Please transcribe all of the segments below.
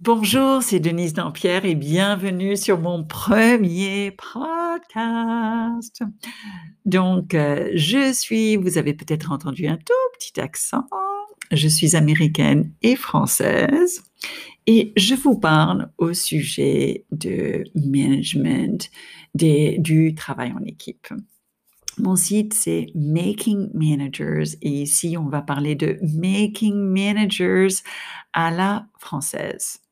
Bonjour, c'est Denise Dampierre et bienvenue sur mon premier podcast. Vous avez peut-être entendu un tout petit accent, je suis américaine et française et je vous parle au sujet de management, du travail en équipe. Mon site, c'est Making Managers et ici, on va parler de Making Managers à la française.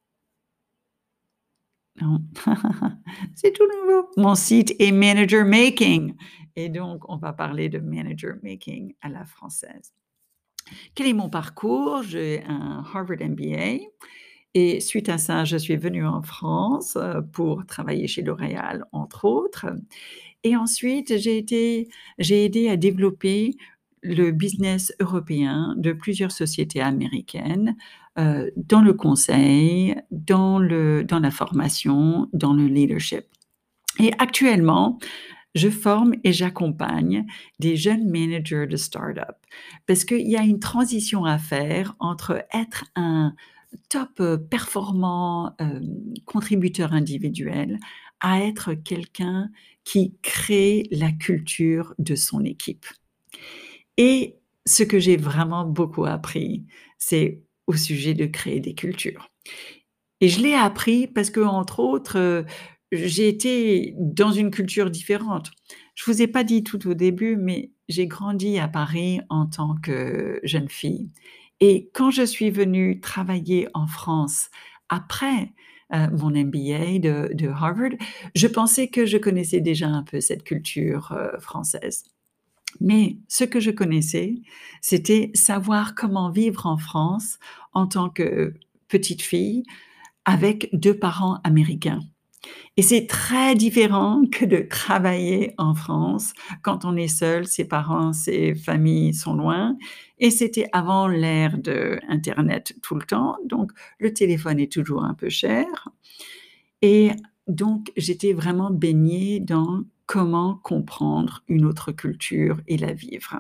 Non. C'est tout nouveau. Mon site est Manager Making et donc on va parler de Manager Making à la française. Quel est mon parcours? J'ai un Harvard MBA et suite à ça, je suis venue en France, pour travailler chez L'Oréal, entre autres. Et ensuite, j'ai aidé à développer le business européen de plusieurs sociétés américaines, dans le conseil, dans la formation, dans le leadership. Et actuellement, je forme et j'accompagne des jeunes managers de start-up parce qu'il y a une transition à faire entre être un top, performant, contributeur individuel à être quelqu'un qui crée la culture de son équipe. Et ce que j'ai vraiment beaucoup appris, c'est au sujet de créer des cultures. Et je l'ai appris parce qu'entre autres, j'ai été dans une culture différente. Je vous ai pas dit tout au début, mais j'ai grandi à Paris en tant que jeune fille et quand je suis venue travailler en France après, mon MBA de Harvard, je pensais que je connaissais déjà un peu cette culture, française. Mais ce que je connaissais, c'était savoir comment vivre en France en tant que petite fille avec 2 parents américains. Et c'est très différent que de travailler en France quand on est seul, ses parents, ses familles sont loin et c'était avant l'ère de internet tout le temps, donc le téléphone est toujours un peu cher et donc j'étais vraiment baignée dans comment comprendre une autre culture et la vivre.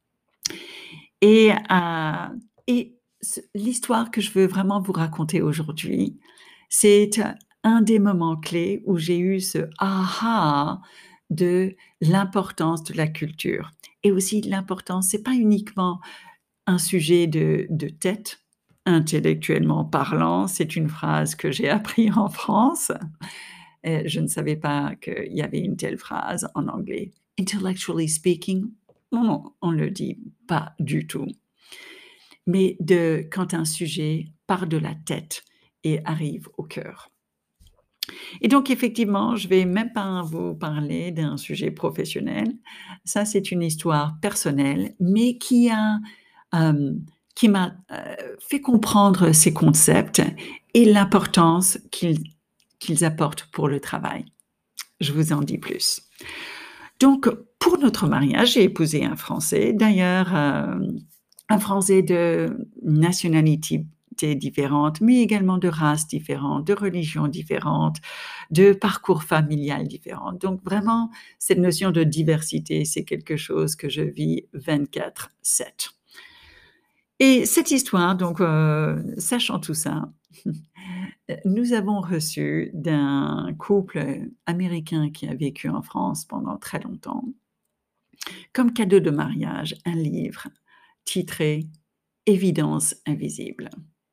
Et l'histoire que je veux vraiment vous raconter aujourd'hui, c'est un des moments clés où j'ai eu ce «aha» de l'importance de la culture et aussi de l'importance c'est pas uniquement un sujet de tête, intellectuellement parlant, c'est une phrase que j'ai appris en France. Je ne savais pas qu'il y avait une telle phrase en anglais. Intellectually speaking, non, on le dit pas du tout. Mais quand un sujet part de la tête et arrive au cœur. Et donc effectivement, je vais même pas vous parler d'un sujet professionnel. Ça, c'est une histoire personnelle, mais qui m'a, fait comprendre ces concepts et l'importance qu'ils apportent pour le travail. Je vous en dis plus. Donc pour notre mariage, j'ai épousé un Français, d'ailleurs, un Français de nationalité différente, mais également de race différente, de religion différente, de parcours familial différent. Donc vraiment, cette notion de diversité, c'est quelque chose que je vis 24/7. Et cette histoire, donc sachant tout ça, nous avons reçu d'un couple américain qui a vécu en France pendant très longtemps, comme cadeau de mariage, un livre titré «Évidence invisible».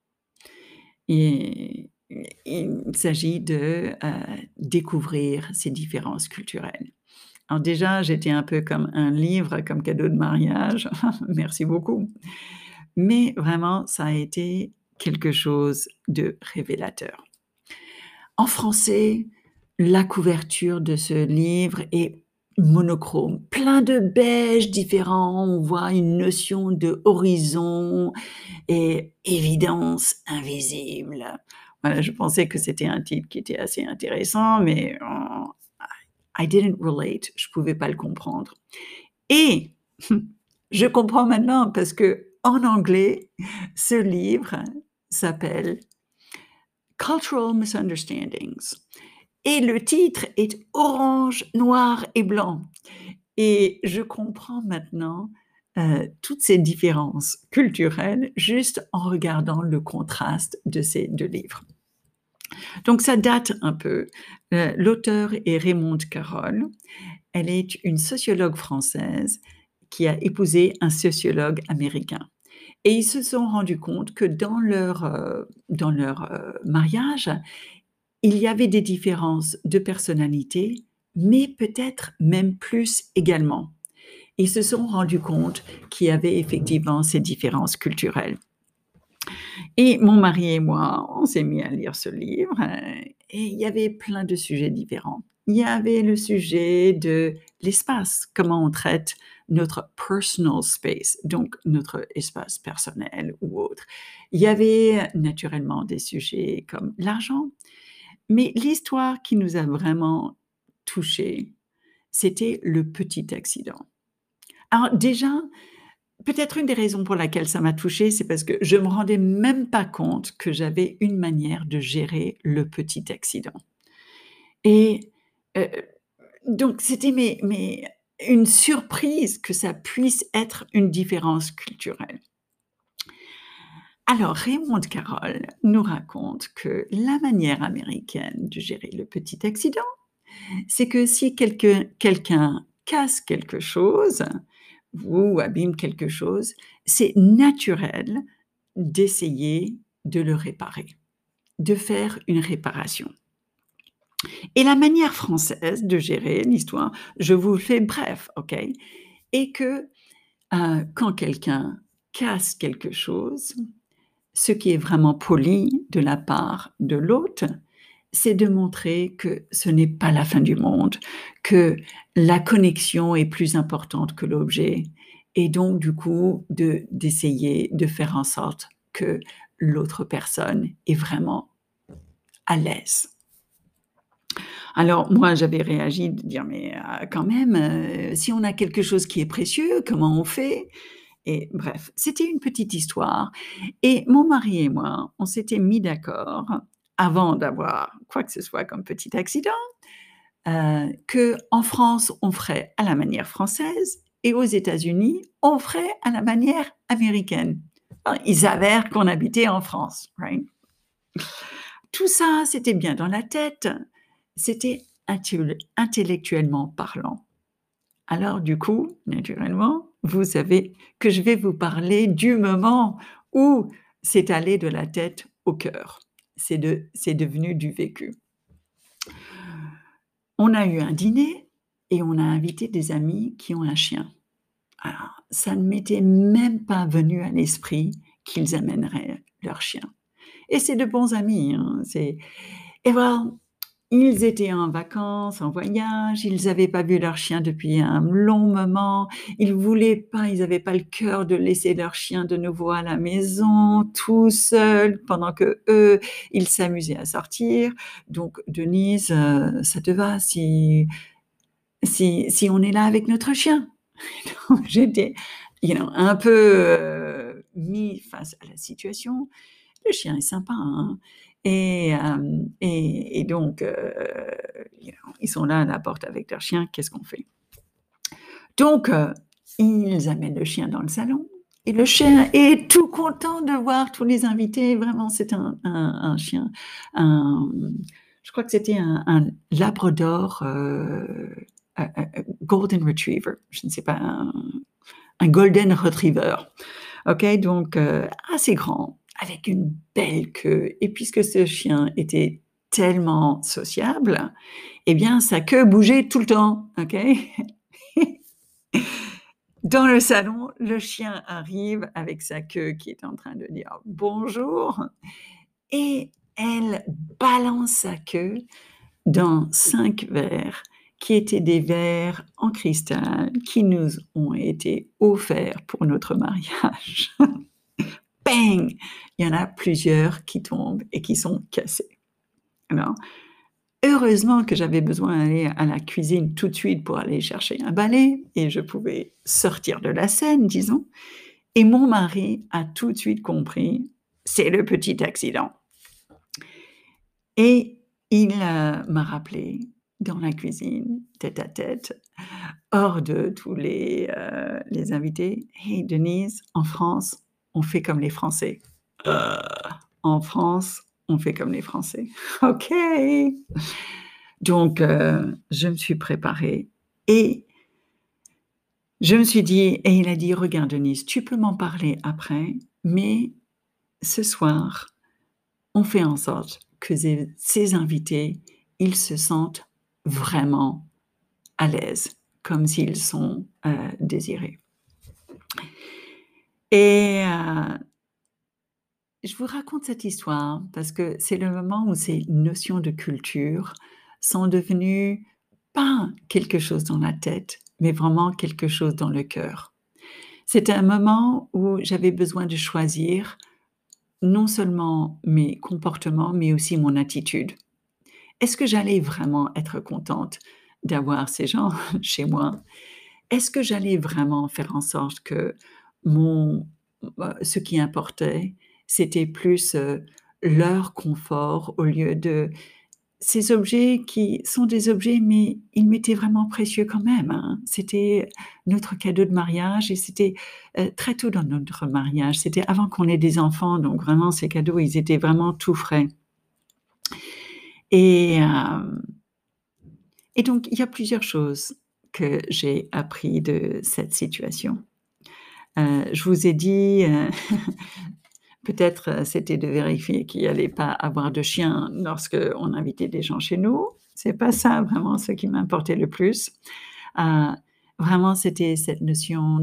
Et il s'agit de, découvrir ces différences culturelles. Alors déjà, j'étais un peu comme un livre comme cadeau de mariage, merci beaucoup. Mais vraiment, ça a été quelque chose de révélateur. En français, la couverture de ce livre est monochrome, plein de beiges différents, on voit une notion de horizon et évidence invisible. Voilà, je pensais que c'était un titre qui était assez intéressant, mais I didn't relate, je pouvais pas le comprendre. Et je comprends maintenant parce qu'en anglais, ce livre s'appelle Cultural Misunderstandings et le titre est orange, noir et blanc et je comprends maintenant, toutes ces différences culturelles juste en regardant le contraste de ces 2 livres. Donc ça date un peu. L'auteur est Raymonde Carole. Elle est une sociologue française qui a épousé un sociologue américain. Et ils se sont rendus compte que dans leur mariage, il y avait des différences de personnalité, mais peut-être même plus également. Ils se sont rendus compte qu'il y avait effectivement ces différences culturelles. Et mon mari et moi, on s'est mis à lire ce livre et il y avait plein de sujets différents. Il y avait le sujet de l'espace, comment on traite notre personal space, donc notre espace personnel ou autre. Il y avait naturellement des sujets comme l'argent, mais l'histoire qui nous a vraiment touchés, c'était le petit accident. Alors déjà, peut-être une des raisons pour laquelle ça m'a touchée, c'est parce que je me rendais même pas compte que j'avais une manière de gérer le petit accident et heu, donc c'était mais une surprise que ça puisse être une différence culturelle. Alors Raymonde Carole nous raconte que la manière américaine de gérer le petit accident, c'est que si quelqu'un casse quelque chose ou abîme quelque chose, c'est naturel d'essayer de le réparer, de faire une réparation. Et la manière française de gérer l'histoire, je vous le fais bref, OK? Est que, quand quelqu'un casse quelque chose, ce qui est vraiment poli de la part de l'autre, c'est de montrer que ce n'est pas la fin du monde, que la connexion est plus importante que l'objet et donc du coup d'essayer de faire en sorte que l'autre personne est vraiment à l'aise. Alors moi, j'avais réagi de dire: «Mais, quand même, si on a quelque chose qui est précieux, comment on fait?» Et bref, c'était une petite histoire et mon mari et moi, on s'était mis d'accord, avant d'avoir quoi que ce soit comme petit accident, qu'en France, on ferait à la manière française et aux États-Unis, on ferait à la manière américaine. Enfin, il s'avère qu'on habitait en France, right? Tout ça, c'était bien dans la tête, c'était intellectuellement parlant. Alors du coup, naturellement, vous savez que je vais vous parler du moment où c'est allé de la tête au cœur. C'est devenu du vécu. On a eu un dîner et on a invité des amis qui ont un chien. Alors, ça ne m'était même pas venu à l'esprit qu'ils amèneraient leur chien. Et c'est de bons amis, hein, et voilà, ils étaient en vacances, en voyage, ils avaient pas vu leur chien depuis un long moment, ils voulaient pas, ils avaient pas le cœur de laisser leur chien de nouveau à la maison, tout seul, pendant qu'eux, ils s'amusaient à sortir. Donc: «Denise, ça te va si on est là avec notre chien?» Donc j'étais, un peu, mis face à la situation. Le chien est sympa, hein et donc ils sont là à la porte avec leur chien, qu'est-ce qu'on fait? Donc ils amènent le chien dans le salon et le chien est tout content de voir tous les invités. Vraiment, c'est un chien, un je crois que c'était un labrador, golden retriever, je ne sais pas, un golden retriever. OK, donc assez grand, avec une belle queue et puisque ce chien était tellement sociable, eh bien sa queue bougeait tout le temps, OK? Dans le salon, le chien arrive avec sa queue qui est en train de dire: «Bonjour» et elle balance sa queue dans 5 verres qui étaient des verres en cristal qui nous ont été offerts pour notre mariage. Bang! Il y en a plusieurs qui tombent et qui sont cassés. Alors, heureusement que j'avais besoin d'aller à la cuisine tout de suite pour aller chercher un balai et je pouvais sortir de la scène, disons, et mon mari a tout de suite compris, c'est le petit accident et il, m'a rappelé dans la cuisine, tête à tête, hors de tous les invités: «Hey Denise, en France, on fait comme les Français. En France, on fait comme les Français. OK. Donc je me suis préparée et je me suis dit et il a dit: «Regarde Denise, tu peux m'en parler après, mais ce soir, on fait en sorte que ces invités, ils se sentent vraiment à l'aise, comme s'ils sont, désirés» et je vous raconte cette histoire parce que c'est le moment où ces notions de culture sont devenues pas quelque chose dans la tête, mais vraiment quelque chose dans le cœur. C'était un moment où j'avais besoin de choisir non seulement mes comportements, mais aussi mon attitude. Est-ce que j'allais vraiment être contente d'avoir ces gens chez moi? Est-ce que j'allais vraiment faire en sorte que mon ce qui importait, c'était plus, leur confort au lieu de ces objets qui sont des objets, mais ils m'étaient vraiment précieux quand même, hein. C'était notre cadeau de mariage et c'était, très tôt dans notre mariage. C'était avant qu'on ait des enfants, donc vraiment ces cadeaux, ils étaient vraiment tout frais et hem et donc il y a plusieurs choses que j'ai appris de cette situation. Je vous ai dit, peut-être, c'était de vérifier qu'il y allait pas avoir de chiens lorsqu'on invitait des gens chez nous. C'est pas ça vraiment ce qui m'importait le plus. Heu, Vraiment, c'était cette notion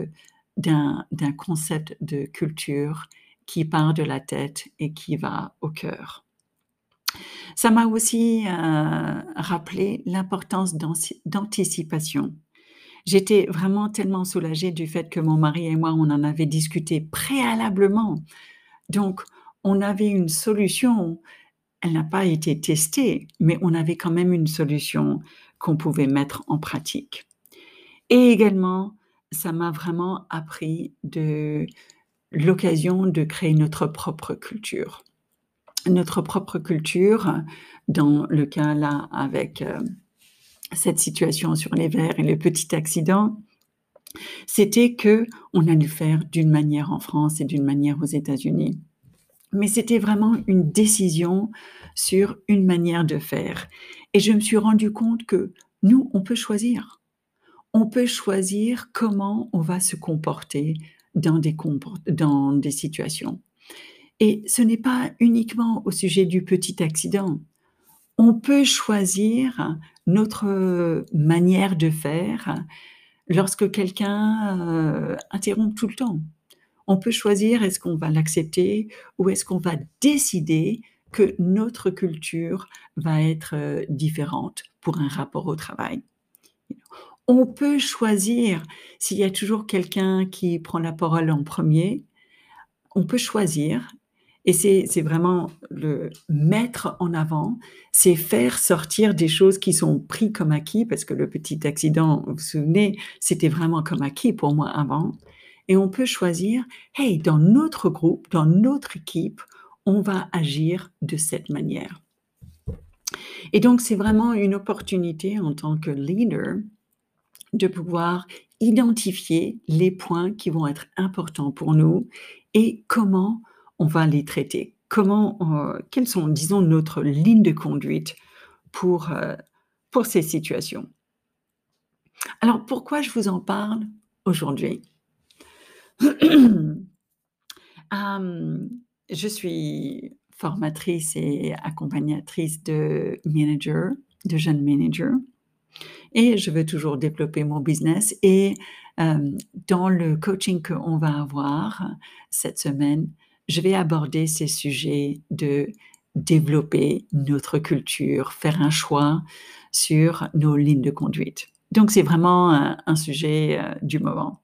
d'un concept de culture qui part de la tête et qui va au cœur. Ça m'a aussi, rappelé l'importance d'anticipation. J'étais vraiment tellement soulagée du fait que mon mari et moi, on en avait discuté préalablement. Donc on avait une solution. Elle n'a pas été testée, mais on avait quand même une solution qu'on pouvait mettre en pratique. Et également, ça m'a vraiment appris de l'occasion de créer notre propre culture. Notre propre culture, dans le cas là avec, cette situation sur les verres et le petit accident, c'était qu'on a dû faire d'une manière en France et d'une manière aux États-Unis. Mais c'était vraiment une décision sur une manière de faire et je me suis rendu compte que nous, on peut choisir. On peut choisir comment on va se comporter dans des situations et ce n'est pas uniquement au sujet du petit accident. On peut choisir notre manière de faire lorsque quelqu'un, interrompt tout le temps. On peut choisir est-ce qu'on va l'accepter ou est-ce qu'on va décider que notre culture va être, différente pour un rapport au travail. On peut choisir s'il y a toujours quelqu'un qui prend la parole en premier, on peut choisir et c'est vraiment le mettre en avant, c'est faire sortir des choses qui sont pris comme acquis parce que le petit accident, vous vous souvenez, c'était vraiment comme acquis pour moi avant et on peut choisir: «Hey, dans notre groupe, dans notre équipe, on va agir de cette manière» et donc c'est vraiment une opportunité en tant que leader de pouvoir identifier les points qui vont être importants pour nous et comment on va les traiter. Comment, quelles sont, disons, notre ligne de conduite pour, pour ces situations. Alors pourquoi je vous en parle aujourd'hui? Hem, je suis formatrice et accompagnatrice de managers, de jeunes managers et je veux toujours développer mon business et dans le coaching qu'on va avoir cette semaine, je vais aborder ces sujets de développer notre culture, faire un choix sur nos lignes de conduite. Donc c'est vraiment un sujet, du moment.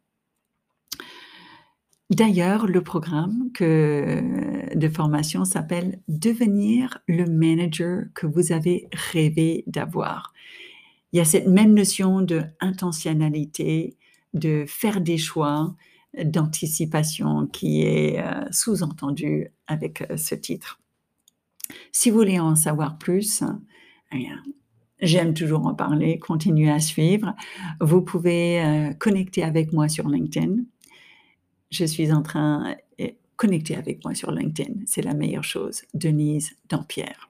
D'ailleurs, le programme de formation s'appelle «Devenir le manager que vous avez rêvé d'avoir». Il y a cette même notion d'intentionnalité, de faire des choix, d'anticipation qui est, sous-entendue avec, ce titre. Si vous voulez en savoir plus, eh bien, j'aime toujours en parler, continuez à suivre. Vous pouvez, connecter avec moi sur LinkedIn. Je suis en train connecter avec moi sur LinkedIn. C'est la meilleure chose. Denise Dampierre.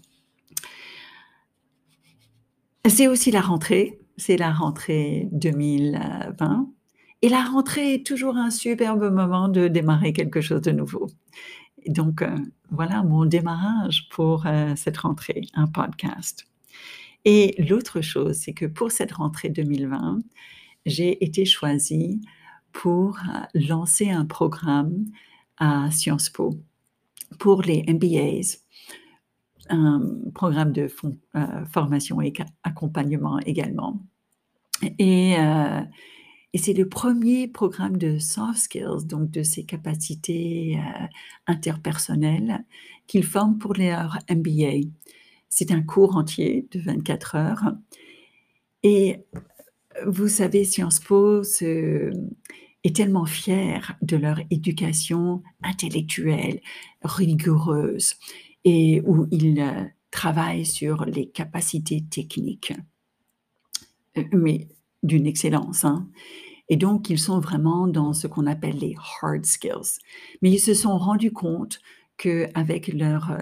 C'est aussi la rentrée. C'est la rentrée 2020. Et la rentrée est toujours un superbe moment de démarrer quelque chose de nouveau. Et donc, voilà mon démarrage pour cette rentrée, un podcast. Et l'autre chose, c'est que pour cette rentrée 2020, j'ai été choisie pour lancer un programme à Sciences Po pour les MBAs, un programme de formation et accompagnement également. Et, et c'est le premier programme de soft skills, donc de ces capacités interpersonnelles qu'ils forment pour leur MBA. C'est un cours entier de 24 heures. Et vous savez, Sciences Po est tellement fière de leur éducation intellectuelle, rigoureuse, et où ils travaillent sur les capacités techniques, mais d'une excellence, hein. Et donc, ils sont vraiment dans ce qu'on appelle les hard skills. Mais ils se sont rendus compte qu'avec leur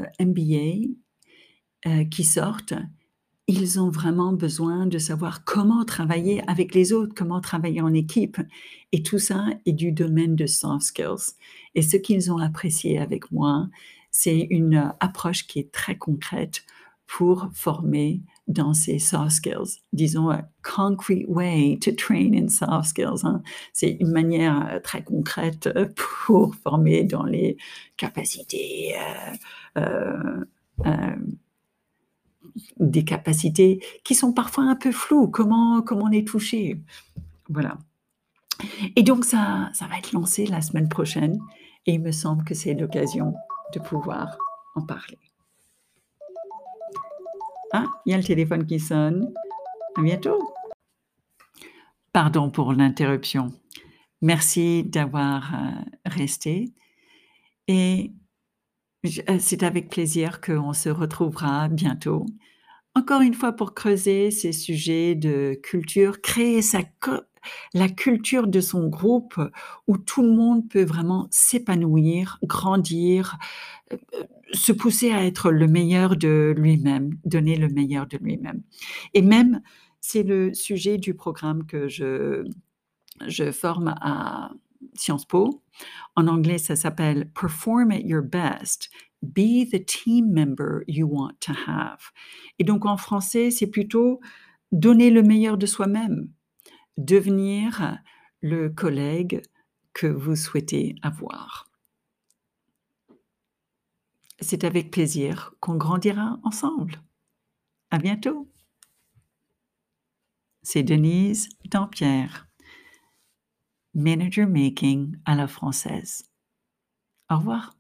MBA qui sortent, ils ont vraiment besoin de savoir comment travailler avec les autres, comment travailler en équipe. Et tout ça est du domaine de soft skills. Et ce qu'ils ont apprécié avec moi, c'est une approche qui est très concrète pour former dans ces soft skills. Disons, a concrete way to train in soft skills, hein. C'est une manière très concrète pour former dans les capacités des capacités qui sont parfois un peu floues, comment on est touché. Voilà. Et donc ça va être lancé la semaine prochaine et il me semble que c'est l'occasion de pouvoir en parler. Ah, il y a le téléphone qui sonne. À bientôt. Pardon pour l'interruption. Merci d'avoir resté et c'est avec plaisir qu'on se retrouvera bientôt. Encore une fois, pour creuser ces sujets de culture, créer la culture de son groupe où tout le monde peut vraiment s'épanouir, grandir, se pousser à être le meilleur de lui-même, donner le meilleur de lui-même. Et même, c'est le sujet du programme que je forme à Sciences Po. En anglais, ça s'appelle Perform at your best. Be the team member you want to have. Et donc en français, c'est plutôt donner le meilleur de soi-même, devenir le collègue que vous souhaitez avoir. C'est avec plaisir qu'on grandira ensemble. À bientôt. C'est Denise Dampierre, Manager Making à la française. Au revoir.